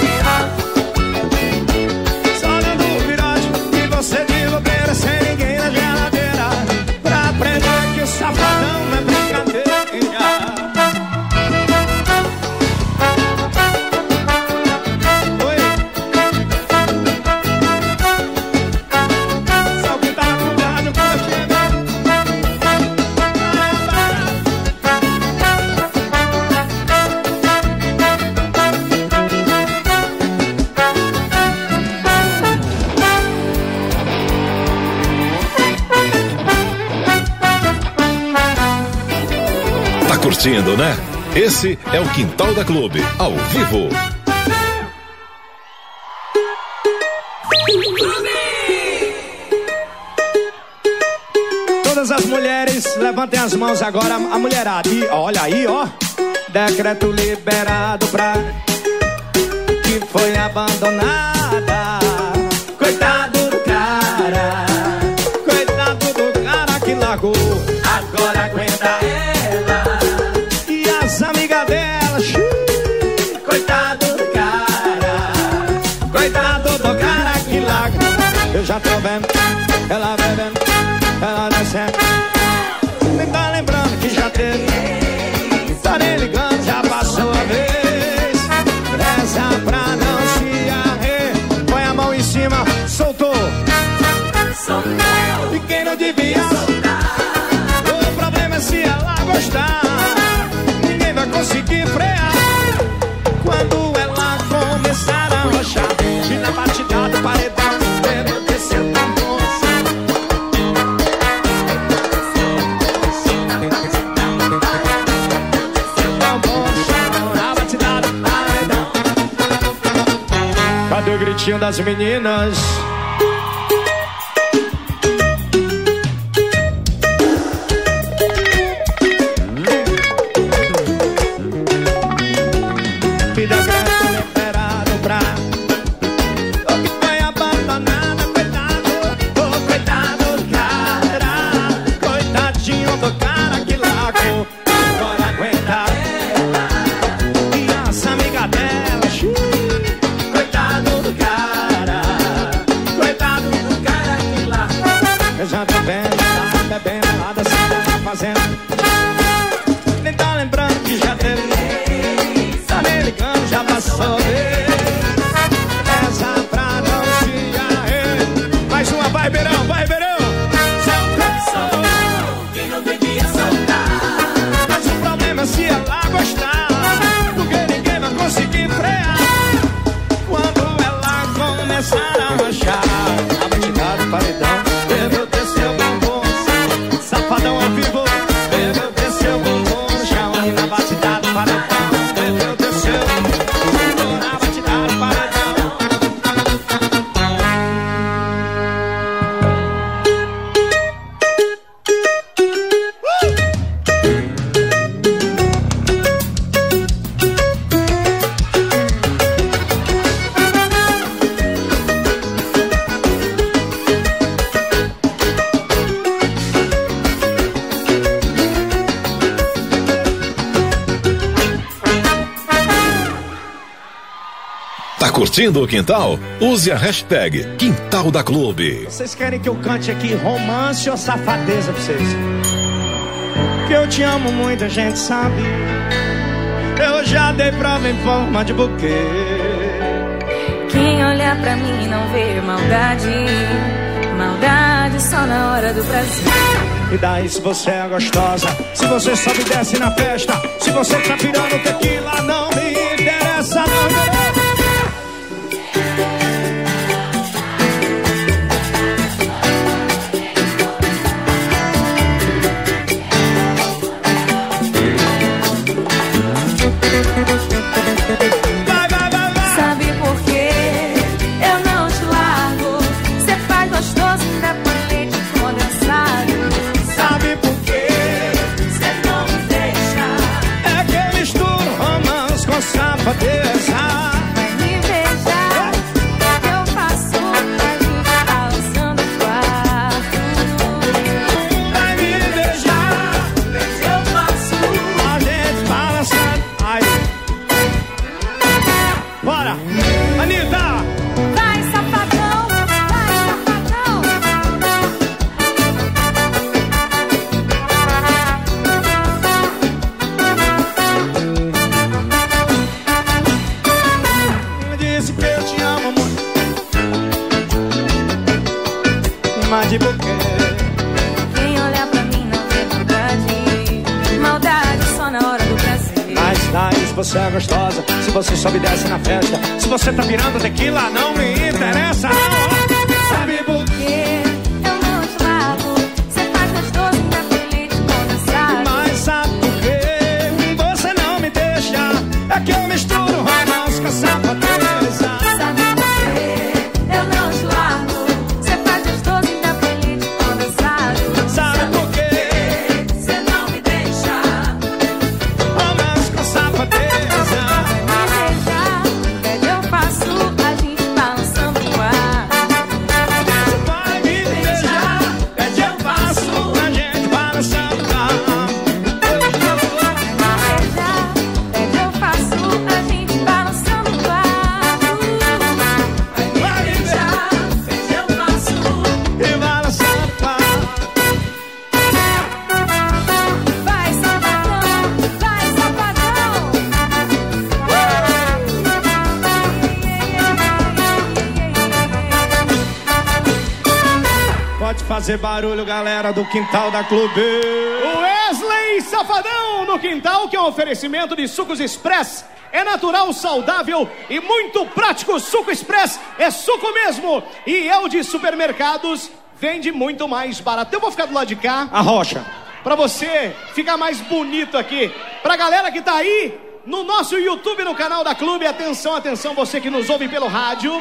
Speaker 5: sirope.
Speaker 3: Só dando virote. E você de bobeira, sem ninguém na geladeira. Pra aprender que o safadão não é brincadeira. Oi. Só que tá cuidado com a chega.
Speaker 2: Tá curtindo, né? Esse é o Quintal da Clube, ao vivo.
Speaker 3: Todas as mulheres, levantem as mãos agora, a mulherada. E olha aí, ó. Decreto liberado pra que foi abandonada. Coitado do cara, coitado do cara que largou. Agora aguenta ela e as amigas dela. Xiii. Coitado do cara, coitado do cara que larga. Eu já tô vendo ela bebendo, ela descendo. Nem tá lembrando que já teve. Tá nem ligando, já passou a vez. Reza pra não se arrer. Põe a mão em cima, soltou.
Speaker 5: Soltou.
Speaker 3: E quem não devia soltar. O problema
Speaker 4: cantinho das meninas. Vida grande, liberado pra o que foi abandonada, coitado, oh, coitado do cara, coitadinho do cara que largou, agora aguenta. E as amigas dela, xiii, coitado do cara, coitado do cara que largou. Eu já tô vendo, tá bebendo lá da cidade, tá fazendo, nem tá lembrando que já teve. Americano já passou vez. Essa pra não se arrepender. Mais uma, vai Verão, vai Verão.
Speaker 5: Seu coração que não devia soltar.
Speaker 4: Mas o problema é se ela gostar, porque ninguém vai conseguir frear. Quando ela começar a marchar, a batidão do paredão, bebeu, desceu, bombom, safadão ao vivo. Bebeu, desceu, bombom no chão, e na batidão do paredão.
Speaker 2: Curtindo o Quintal? Use a hashtag Quintal da Clube.
Speaker 4: Vocês querem que eu cante aqui romance ou safadeza pra vocês? Que eu te amo muito, a gente sabe. Eu já dei prova em forma de buquê.
Speaker 6: Quem olha pra mim não vê maldade, maldade só na hora do prazer.
Speaker 4: E daí se você é gostosa, se você sobe e desce na festa, se você tá virando tequila, não me interessa, não me interessa.
Speaker 6: Vai, vai, vai, vai. Sabe por quê? Eu não te largo. Cê faz gostoso, ainda põe leite condensado.
Speaker 4: Sabe por quê?
Speaker 6: Cê não me deixa.
Speaker 4: É que misturo romance com safadeza.
Speaker 6: Vai me beijar. O que eu faço? A gente balançando o quarto.
Speaker 4: Vai me beijar.
Speaker 6: O que eu faço?
Speaker 4: A gente balançando. Ai. Bora! Anitta!
Speaker 6: Vai, safadão. Vai, safadão.
Speaker 4: Disse que eu te amo muito, mas de buquê.
Speaker 6: Quem olha pra mim não vê maldade, maldade só na hora do prazer.
Speaker 4: Mas daí se você é gostosa, se você sobe e desce na festa, se você tá virando tequila, não me interessa não. Sabe por quê?
Speaker 6: Eu não te largo. Cê faz gostoso, ainda põe leite condensado.
Speaker 4: Mas sabe por quê? Você não me deixa. É que eu misturo romance com safadeza.
Speaker 6: Sabe por quê? Eu não te largo. Cê faz gostoso, ainda põe leite condensado.
Speaker 4: Sabe por quê?
Speaker 6: Cê não me deixa.
Speaker 4: Romance com safadeza.
Speaker 6: Vai me beijar. Pede eu faço, a gente balançando o ar.
Speaker 4: Vai me beijar. Pede eu faço, a gente balançando o ar.
Speaker 6: Beijar. Pede eu faço, a gente balançando o ar.
Speaker 4: Vai me beijar.
Speaker 6: Pede eu faço.
Speaker 4: E balançando o ar.
Speaker 6: Vai, safadão. Vai, safadão.
Speaker 4: Pode fazer barulho, galera do Quintal da Clube.
Speaker 1: Wesley Safadão no Quintal, que é um oferecimento de Sucos Express. É natural, saudável e muito prático. Suco Express é suco mesmo. E é o de supermercados, vende muito mais barato. Eu vou ficar do lado de cá
Speaker 4: A Rocha.
Speaker 1: pra você ficar mais bonito aqui. Pra galera que tá aí no nosso YouTube, no canal da Clube. Atenção, atenção, você que nos ouve pelo rádio.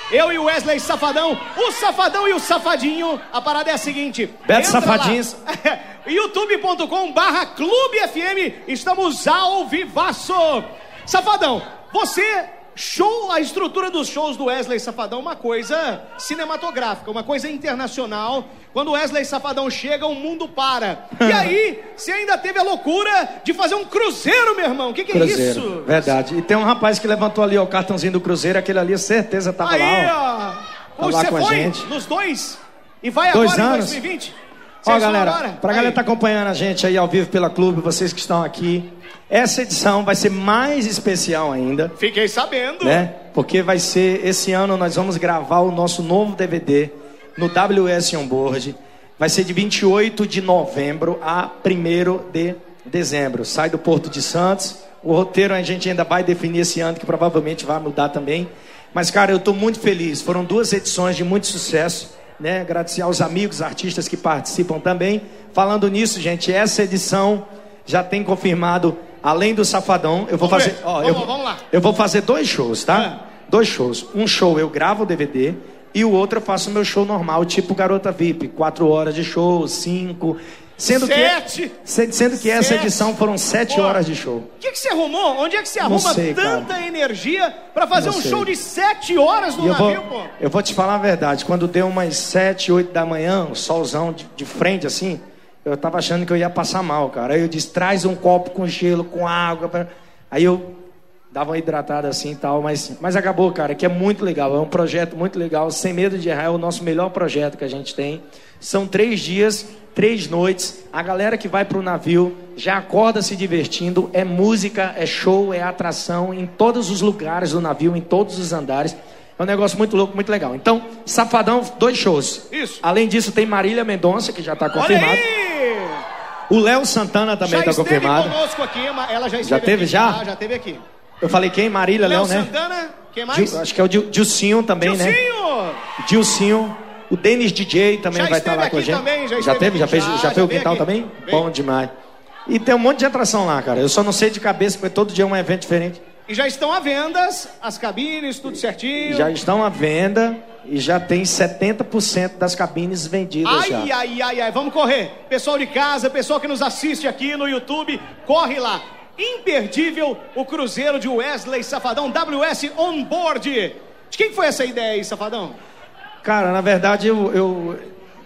Speaker 1: Eu e o Wesley Safadão, o Safadão e o Safadinho. A parada é a seguinte.
Speaker 4: Beto Safadinhos.
Speaker 1: youtube ponto com barra Clube F M. Estamos ao vivaço. Safadão, você... Show, a estrutura dos shows do Wesley Safadão, uma coisa cinematográfica, uma coisa internacional. Quando o Wesley Safadão chega, o mundo para. E aí, você ainda teve a loucura de fazer um cruzeiro, meu irmão. O que, que é
Speaker 4: Cruzeiro,
Speaker 1: isso?
Speaker 4: verdade. E tem um rapaz que levantou ali ó, o cartãozinho do cruzeiro, aquele ali, certeza tava
Speaker 1: Aí,
Speaker 4: lá.
Speaker 1: ó.
Speaker 4: Tá lá
Speaker 1: Você
Speaker 4: com a
Speaker 1: foi
Speaker 4: gente.
Speaker 1: nos dois? E vai
Speaker 4: Dois
Speaker 1: agora
Speaker 4: anos.
Speaker 1: em dois mil e vinte?
Speaker 4: Ó,
Speaker 1: Vocês vão
Speaker 4: galera,
Speaker 1: agora?
Speaker 4: pra
Speaker 1: Aí.
Speaker 4: galera que tá acompanhando a gente aí ao vivo pela Clube, vocês que estão aqui, essa edição vai ser mais especial ainda,
Speaker 1: Fiquei sabendo.
Speaker 4: né? Porque vai ser, esse ano nós vamos gravar o nosso novo D V D no W S Onboard. Vai ser de vinte e oito de novembro a primeiro de dezembro. Sai do Porto de Santos. O roteiro a gente ainda vai definir esse ano, que provavelmente vai mudar também. Mas, cara, eu tô muito feliz. Foram duas edições de muito sucesso, né? Agradecer aos amigos, artistas que participam também. Falando nisso, gente, essa edição já tem confirmado, além do Safadão, eu vou
Speaker 1: Vamos
Speaker 4: fazer,
Speaker 1: ver.
Speaker 4: ó,
Speaker 1: Vamos
Speaker 4: eu,
Speaker 1: lá, vamos lá.
Speaker 4: eu vou fazer dois shows, tá?
Speaker 1: É.
Speaker 4: Dois shows. Um show eu gravo o D V D e o outro eu faço o meu show normal, tipo Garota V I P, quatro horas de show, cinco, sendo
Speaker 1: Sete.
Speaker 4: que se- sendo que essa
Speaker 1: Sete.
Speaker 4: edição foram sete
Speaker 1: Pô,
Speaker 4: horas de show.
Speaker 1: O que, que você arrumou? Onde é que você
Speaker 4: Não
Speaker 1: arruma
Speaker 4: sei,
Speaker 1: tanta
Speaker 4: cara.
Speaker 1: energia pra fazer
Speaker 4: Não
Speaker 1: um
Speaker 4: sei.
Speaker 1: show de sete horas no
Speaker 4: E eu vou,
Speaker 1: navio, pô?
Speaker 4: eu vou te falar a verdade, quando deu umas sete, oito da manhã, o solzão de, de frente assim, eu tava achando que eu ia passar mal, cara. Aí eu disse, traz um copo com gelo, com água. pra- Aí eu dava uma hidratada assim e tal, mas, mas acabou, cara, que é muito legal. É um projeto muito legal, Sem Medo de Errar, é o nosso melhor projeto que a gente tem. São três dias, três noites. A galera que vai pro navio já acorda se divertindo. É música, é show, é atração em todos os lugares do navio, em todos os andares. É um negócio muito louco, muito legal. Então, Safadão, dois shows.
Speaker 1: Isso.
Speaker 4: Além disso, tem Marília Mendonça, que já está
Speaker 1: Olha
Speaker 4: confirmado.
Speaker 1: aí!
Speaker 4: O Léo Santana também
Speaker 1: Já
Speaker 4: está
Speaker 1: esteve
Speaker 4: confirmado.
Speaker 1: conosco aqui, ma- ela já esteve
Speaker 4: teve
Speaker 1: aqui.
Speaker 4: já?
Speaker 1: Ah, já esteve aqui.
Speaker 4: Eu falei quem? Marília,
Speaker 1: Léo
Speaker 4: Léo, né?
Speaker 1: Santana, quem mais?
Speaker 4: Gil- acho que é o Dil- Dilcinho também, né?
Speaker 1: Dilcinho!
Speaker 4: Dilcinho. O Denis D J também
Speaker 1: Já
Speaker 4: vai estar
Speaker 1: esteve
Speaker 4: lá com a
Speaker 1: aqui
Speaker 4: gente.
Speaker 1: também, já
Speaker 4: já
Speaker 1: esteve
Speaker 4: teve? Já,
Speaker 1: aqui.
Speaker 4: fez,
Speaker 1: Já,
Speaker 4: já,
Speaker 1: já
Speaker 4: fez o
Speaker 1: veio
Speaker 4: quintal
Speaker 1: aqui.
Speaker 4: também?
Speaker 1: Veio.
Speaker 4: Bom demais. E tem um monte de atração lá, cara. Eu só não sei de cabeça, porque todo dia é um evento diferente.
Speaker 1: E já estão à venda as cabines, tudo certinho.
Speaker 4: Já estão à venda e já tem setenta por cento das cabines vendidas
Speaker 1: Ai,
Speaker 4: já.
Speaker 1: ai, ai, ai, vamos correr. Pessoal de casa, pessoal que nos assiste aqui no YouTube, corre lá. Imperdível o cruzeiro de Wesley Safadão, W S Onboard. De quem foi essa ideia aí, Safadão?
Speaker 4: Cara, na verdade, eu, eu...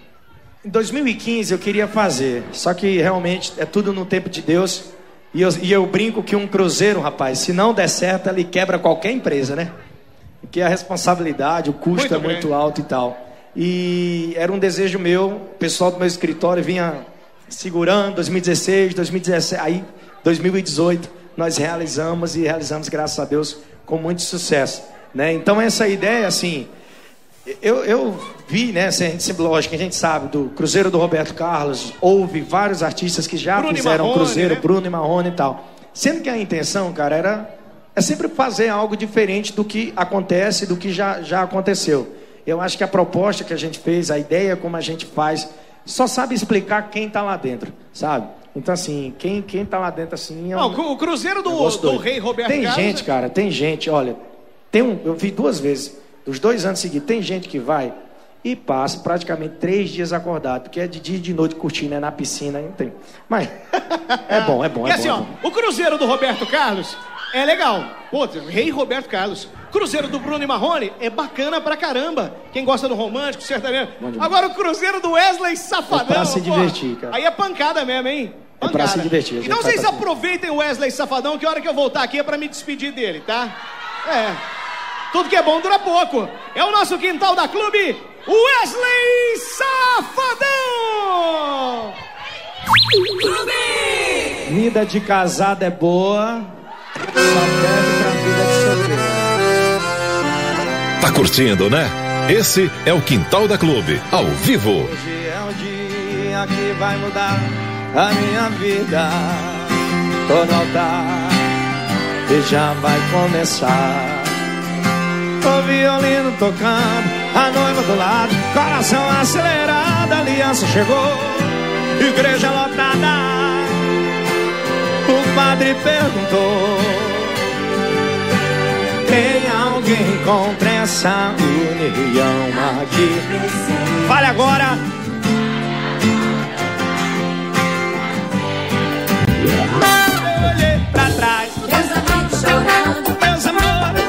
Speaker 4: Em dois mil e quinze eu queria fazer, só que realmente é tudo no tempo de Deus. E eu, e eu brinco que um cruzeiro, rapaz, se não der certo, ele quebra qualquer empresa, né? Porque a responsabilidade, o custo
Speaker 1: Muito
Speaker 4: é muito
Speaker 1: bem.
Speaker 4: alto e tal. E era um desejo meu, o pessoal do meu escritório vinha segurando, dois mil e dezesseis, dois mil e dezessete, aí dois mil e dezoito nós realizamos e realizamos, graças a Deus, com muito sucesso, né? Então essa ideia, assim, eu, eu vi, né, assim, a gente, sempre, lógico, a gente sabe do Cruzeiro do Roberto Carlos, houve vários artistas que já
Speaker 1: Bruno e
Speaker 4: fizeram
Speaker 1: Marrone,
Speaker 4: Cruzeiro,
Speaker 1: né?
Speaker 4: Bruno e Marrone e tal. Sendo que a intenção, cara, era é sempre fazer algo diferente do que acontece, do que já, já aconteceu. Eu acho que a proposta que a gente fez, a ideia como a gente faz, só sabe explicar quem tá lá dentro, sabe? Então, assim, quem, quem tá lá dentro, assim... É
Speaker 1: Não,
Speaker 4: um
Speaker 1: o cruzeiro do,
Speaker 4: negócio
Speaker 1: do
Speaker 4: doido.
Speaker 1: rei Roberto
Speaker 4: Tem
Speaker 1: Carlos...
Speaker 4: gente, cara, tem gente, olha... Tem um, eu vi duas vezes, dos dois anos seguidos, tem gente que vai e passa praticamente três dias acordado, porque é de dia e de noite curtindo, é na piscina, não tem. Mas é bom, é bom,
Speaker 1: E
Speaker 4: é
Speaker 1: assim,
Speaker 4: bom.
Speaker 1: ó,
Speaker 4: é bom.
Speaker 1: o cruzeiro do Roberto Carlos é legal. Pô, rei Roberto Carlos. Cruzeiro do Bruno e Marrone é bacana pra caramba. Quem gosta do romântico, sertanejo.
Speaker 4: Bom demais.
Speaker 1: Agora o cruzeiro do Wesley Safadão.
Speaker 4: É pra se
Speaker 1: pô,
Speaker 4: divertir, cara.
Speaker 1: Aí é pancada mesmo, hein?
Speaker 4: É pra
Speaker 1: Pancada.
Speaker 4: se divertir, a gente
Speaker 1: Então
Speaker 4: vai
Speaker 1: vocês
Speaker 4: pra-
Speaker 1: aproveitem o Wesley Safadão, que a hora que eu voltar aqui é pra me despedir dele, tá? É. Tudo que é bom dura pouco. É o nosso quintal da clube, Wesley Safadão!
Speaker 4: Vida de casado é boa, só perde pra vida de solteiro.
Speaker 2: Tá curtindo, né? Esse é o Quintal da Clube, ao vivo.
Speaker 3: Hoje é o dia que vai mudar a minha vida. Tô no altar e já vai começar. O violino tocando, a noiva do lado, coração acelerado, a aliança chegou, igreja lotada. O padre perguntou: tem alguém
Speaker 4: alguém encontre essa união aqui. Fale agora. Eu olhei pra trás,
Speaker 6: Meus amigos chorando.
Speaker 4: meus amores.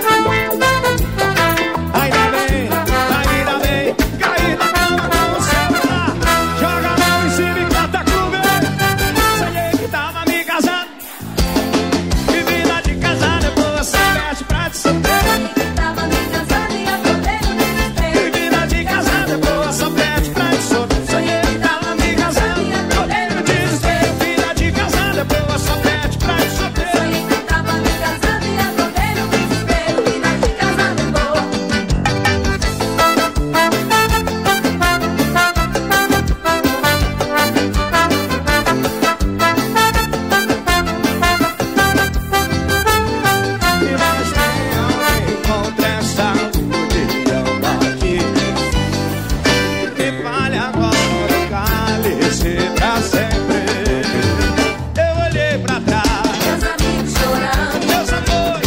Speaker 4: Ainda bem, ainda bem. Caí da cama com o celular. Joga a mão em cima e canta clube. Sonhei que tava me casando. E vida de casado é boa, só mete pra te solteiro.
Speaker 6: Tava me casando e acordei no desespero.
Speaker 4: E vida de casado é boa, só mete pra te solteiro. Sonhei que tava me casando e acordei no desespero. Vida de casado é boa, só mete pra te solteiro.
Speaker 6: Sonhei que tava me casando e acordei no desespero. Vida de casado é boa.
Speaker 4: E nós tem alguém contra essa união aqui. E fale agora, cale-se pra sempre. Eu olhei pra trás,
Speaker 6: Meus amigos chorando.
Speaker 4: meus amores.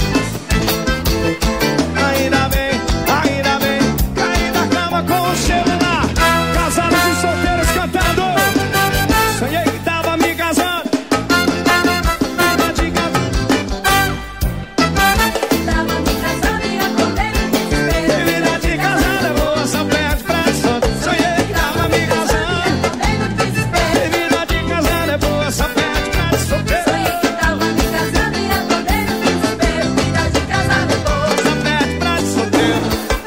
Speaker 4: Ainda bem, ainda bem. Caí da cama com o celular. Casados e solteiros cantando. Sonhei que tava me casando. Vida de casado.
Speaker 6: Tava me casando e acordei no desespero.
Speaker 4: Vida de casado é boa, só perde pra solteiro. Sonhei que tava me casando.
Speaker 6: Acordei no desespero.
Speaker 4: Vida de casado é boa, só perde pra solteiro.
Speaker 6: Sonhei que tava me casando e acordei no desespero. Vida de casado é boa.
Speaker 4: Só perde pra solteiro.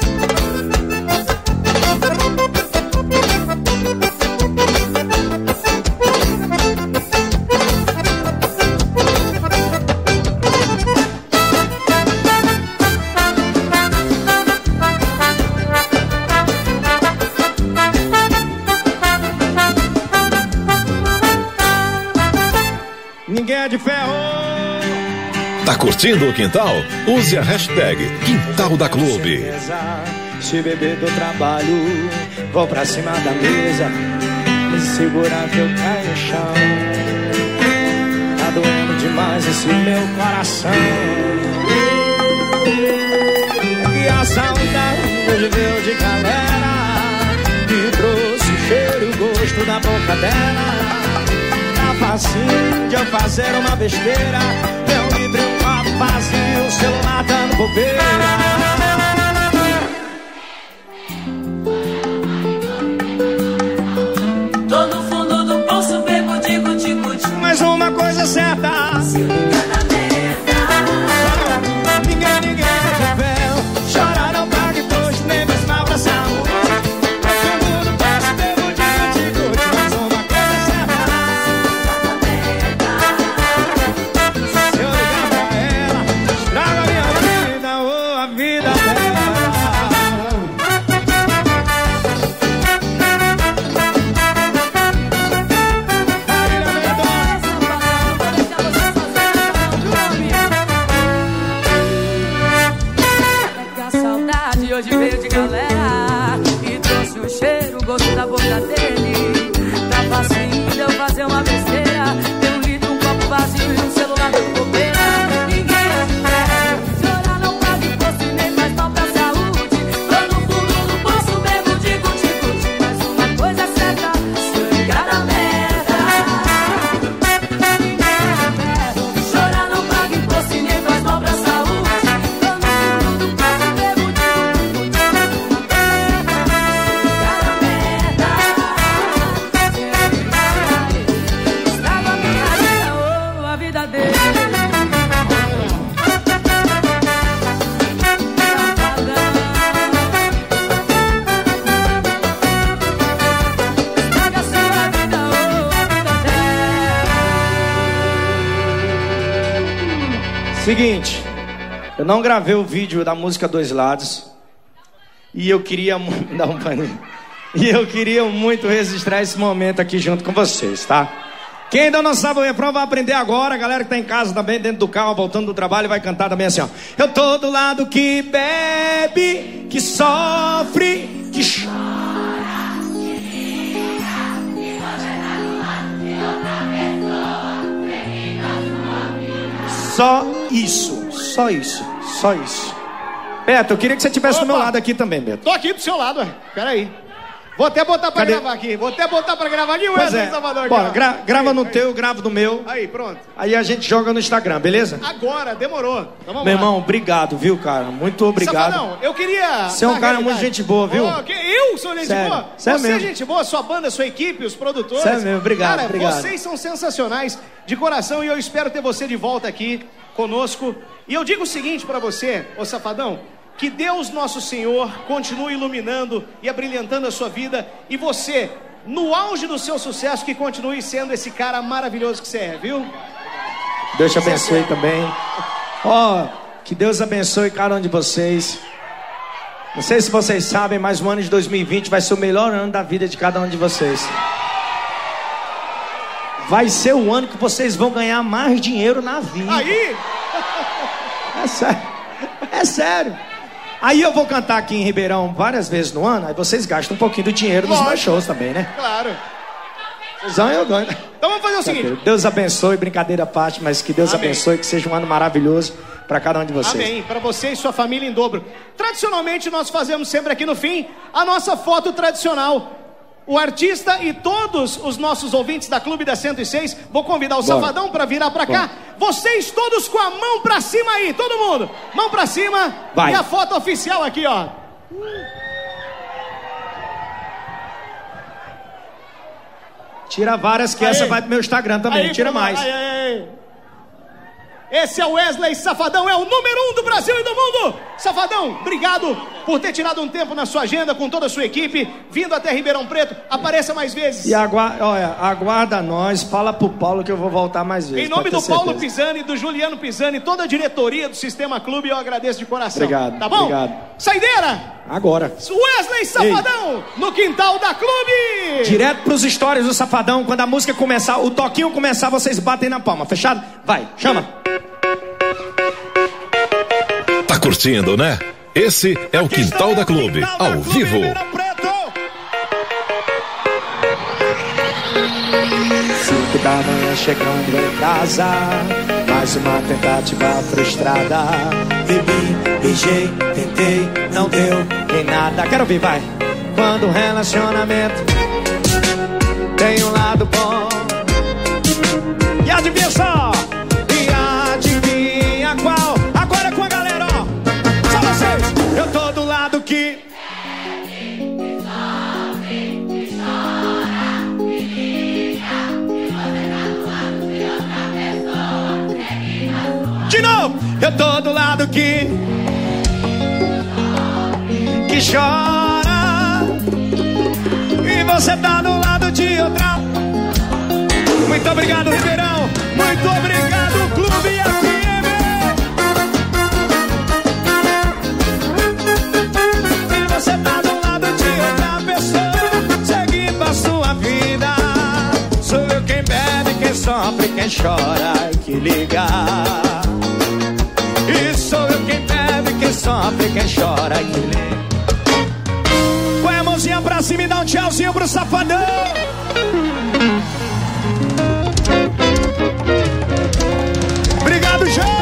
Speaker 4: Ninguém é de ferro.
Speaker 2: Tá curtindo o Quintal? Use a hashtag Quintal da Clube.
Speaker 4: Se beber do trabalho, vou pra cima da mesa. Me segurar que eu caio no chão. Tá doendo demais esse meu coração. E a saudade hoje veio de galera. Me trouxe o cheiro e o gosto da boca dela. Tá facinho de eu fazer uma besteira. Meu livro e um copo vazio, o celular dando bobeira.
Speaker 5: Tô no fundo do poço, bebo, digo, digo, digo.
Speaker 4: Mas uma coisa é certa, ninguém, ninguém é de véu. Chorar não paga imposto, nem faz mal pra saúde. Todo mundo passa, bebo, digo, digo, digo. Mas uma coisa é certa, se eu ligar pra ela, estraga a minha vida ou a vida dela.
Speaker 6: A saudade hoje veio de galera e trouxe o cheiro, o gosto da boca dele. Tá facinho de eu fazer uma besteira. Tem um litro, um copo vazio e um celular do bobeira. Ninguém é de ferro. Chorar não paga imposto e nem faz mal pra saúde. Tô no fundo do poço, bebo, digo, digo, digo. Mas uma coisa é certa, se eu ligar na merda. Ninguém é de ferro. Chorar não paga imposto e nem faz mal pra saúde. Tô no fundo do poço, bebo, digo, digo, digo. Estava minha vida ou a vida dele. Estraga sua vida ou a vida dele.
Speaker 4: Seguinte, eu não gravei o vídeo da música Dois Lados. E eu queria muito. Dá um paninho. E eu queria muito registrar esse momento aqui junto com vocês, tá? Quem ainda não sabe o refrão vai aprender agora. A galera que tá em casa também, dentro do carro, voltando do trabalho, vai cantar também assim, ó. Eu tô do lado que bebe, que sofre, que chora. Só isso, só isso, só isso. Beto, eu queria que você estivesse do meu
Speaker 1: Opa.
Speaker 4: lado aqui também, Beto.
Speaker 1: Tô aqui do seu lado, ué. Peraí. Vou até botar pra
Speaker 4: Cadê?
Speaker 1: gravar aqui. Vou até botar pra gravar aqui o
Speaker 4: Pois
Speaker 1: Wesley
Speaker 4: é.
Speaker 1: Safadão aqui,
Speaker 4: Bora,
Speaker 1: ó.
Speaker 4: gra- grava
Speaker 1: Aí,
Speaker 4: no
Speaker 1: aí.
Speaker 4: teu, eu gravo no meu.
Speaker 1: Aí, pronto.
Speaker 4: Aí a gente joga no Instagram, beleza?
Speaker 1: Agora, demorou. Então vamos
Speaker 4: Meu
Speaker 1: lá.
Speaker 4: irmão, obrigado, viu, cara? Muito obrigado.
Speaker 1: Safadão, eu queria...
Speaker 4: Você é um
Speaker 1: na
Speaker 4: cara
Speaker 1: realidade-
Speaker 4: muito gente boa, viu?
Speaker 1: Ô, que- eu sou gente
Speaker 4: Sério,
Speaker 1: boa?
Speaker 4: sério
Speaker 1: Você é
Speaker 4: mesmo.
Speaker 1: gente boa, sua banda, sua equipe, os produtores.
Speaker 4: Sério mesmo, obrigado,
Speaker 1: Cara,
Speaker 4: obrigado.
Speaker 1: vocês são sensacionais de coração e eu espero ter você de volta aqui conosco. E eu digo o seguinte pra você, ô Safadão, que Deus Nosso Senhor continue iluminando e abrilhantando a sua vida e você, no auge do seu sucesso, que continue sendo esse cara maravilhoso que você é, viu?
Speaker 4: Deus te abençoe também. Ó, que Deus abençoe cada um de vocês. Não sei se vocês sabem, mas o ano de dois mil e vinte vai ser o melhor ano da vida de cada um de vocês. Vai ser o ano que vocês vão ganhar mais dinheiro na vida.
Speaker 1: Aí,
Speaker 4: É sério. É sério. Aí eu vou cantar aqui em Ribeirão várias vezes no ano, aí vocês gastam um pouquinho do dinheiro dos meus
Speaker 1: Lógico.
Speaker 4: shows também, né?
Speaker 1: claro.
Speaker 4: Vocês vão, eu ganho.
Speaker 1: Então vamos fazer o seguinte.
Speaker 4: Deus abençoe, brincadeira à parte, mas que Deus
Speaker 1: Amém.
Speaker 4: abençoe, que seja um ano maravilhoso para cada um de vocês.
Speaker 1: Amém. Para você e sua família em dobro. Tradicionalmente, nós fazemos sempre aqui no fim a nossa foto tradicional. O artista e todos os nossos ouvintes da Clube da cento e seis, vou convidar o
Speaker 4: Bora.
Speaker 1: Safadão para virar para cá. Vocês todos com a mão para cima aí, todo mundo. Mão para cima.
Speaker 4: Vai.
Speaker 1: E a foto oficial aqui, ó.
Speaker 4: Tira várias que
Speaker 1: Aí.
Speaker 4: essa vai pro meu Instagram também,
Speaker 1: Aí,
Speaker 4: tira
Speaker 1: vamos lá.
Speaker 4: mais.
Speaker 1: Aí, aí, aí. Esse é o Wesley Safadão, é o número um do Brasil e do mundo. Safadão, obrigado por ter tirado um tempo na sua agenda com toda a sua equipe, vindo até Ribeirão Preto. Apareça mais vezes.
Speaker 4: E aguarda, olha, aguarda nós, fala pro Paulo que eu vou voltar mais vezes.
Speaker 1: Em nome
Speaker 4: pode
Speaker 1: do
Speaker 4: ter
Speaker 1: Paulo
Speaker 4: certeza.
Speaker 1: Pisani, do Juliano Pisani, toda a diretoria do Sistema Clube, eu agradeço de coração.
Speaker 4: Obrigado,
Speaker 1: Tá bom?
Speaker 4: obrigado.
Speaker 1: Saideira,
Speaker 4: Agora.
Speaker 1: Wesley Safadão, no quintal da Clube.
Speaker 4: Direto pros stories do Safadão, quando a música começar, o toquinho começar, vocês batem na palma, fechado? Vai, chama.
Speaker 2: Tá curtindo, né? Esse é o Quintal da Clube, ao vivo.
Speaker 4: Cinco da manhã chegando em casa, mais uma tentativa frustrada. Bebi, beijei, tentei, não deu em nada. Quero ouvir, vai. Quando o relacionamento tem um lado bom. E adivinha só? E adivinha qual? Agora com a galera, ó. Só vocês. Eu tô do lado que... De novo, eu tô do lado que que chora e você tá do lado de outra. Muito obrigado, Ribeirão. Muito obrigado, Clube F M. E você tá do lado de outra pessoa, seguindo a sua vida. Sou eu quem bebe, quem sofre, quem chora e que liga. E sou eu quem bebe, quem sofre, quem chora e que liga. Põe a mãozinha pra cima e dá um tchauzinho pro Safadão. Obrigado, gente!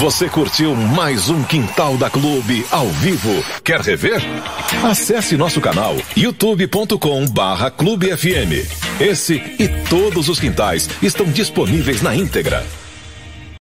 Speaker 2: Você curtiu mais um Quintal da Clube ao vivo? Quer rever? Acesse nosso canal youtube ponto com barra Clube F M. Esse e todos os quintais estão disponíveis na íntegra.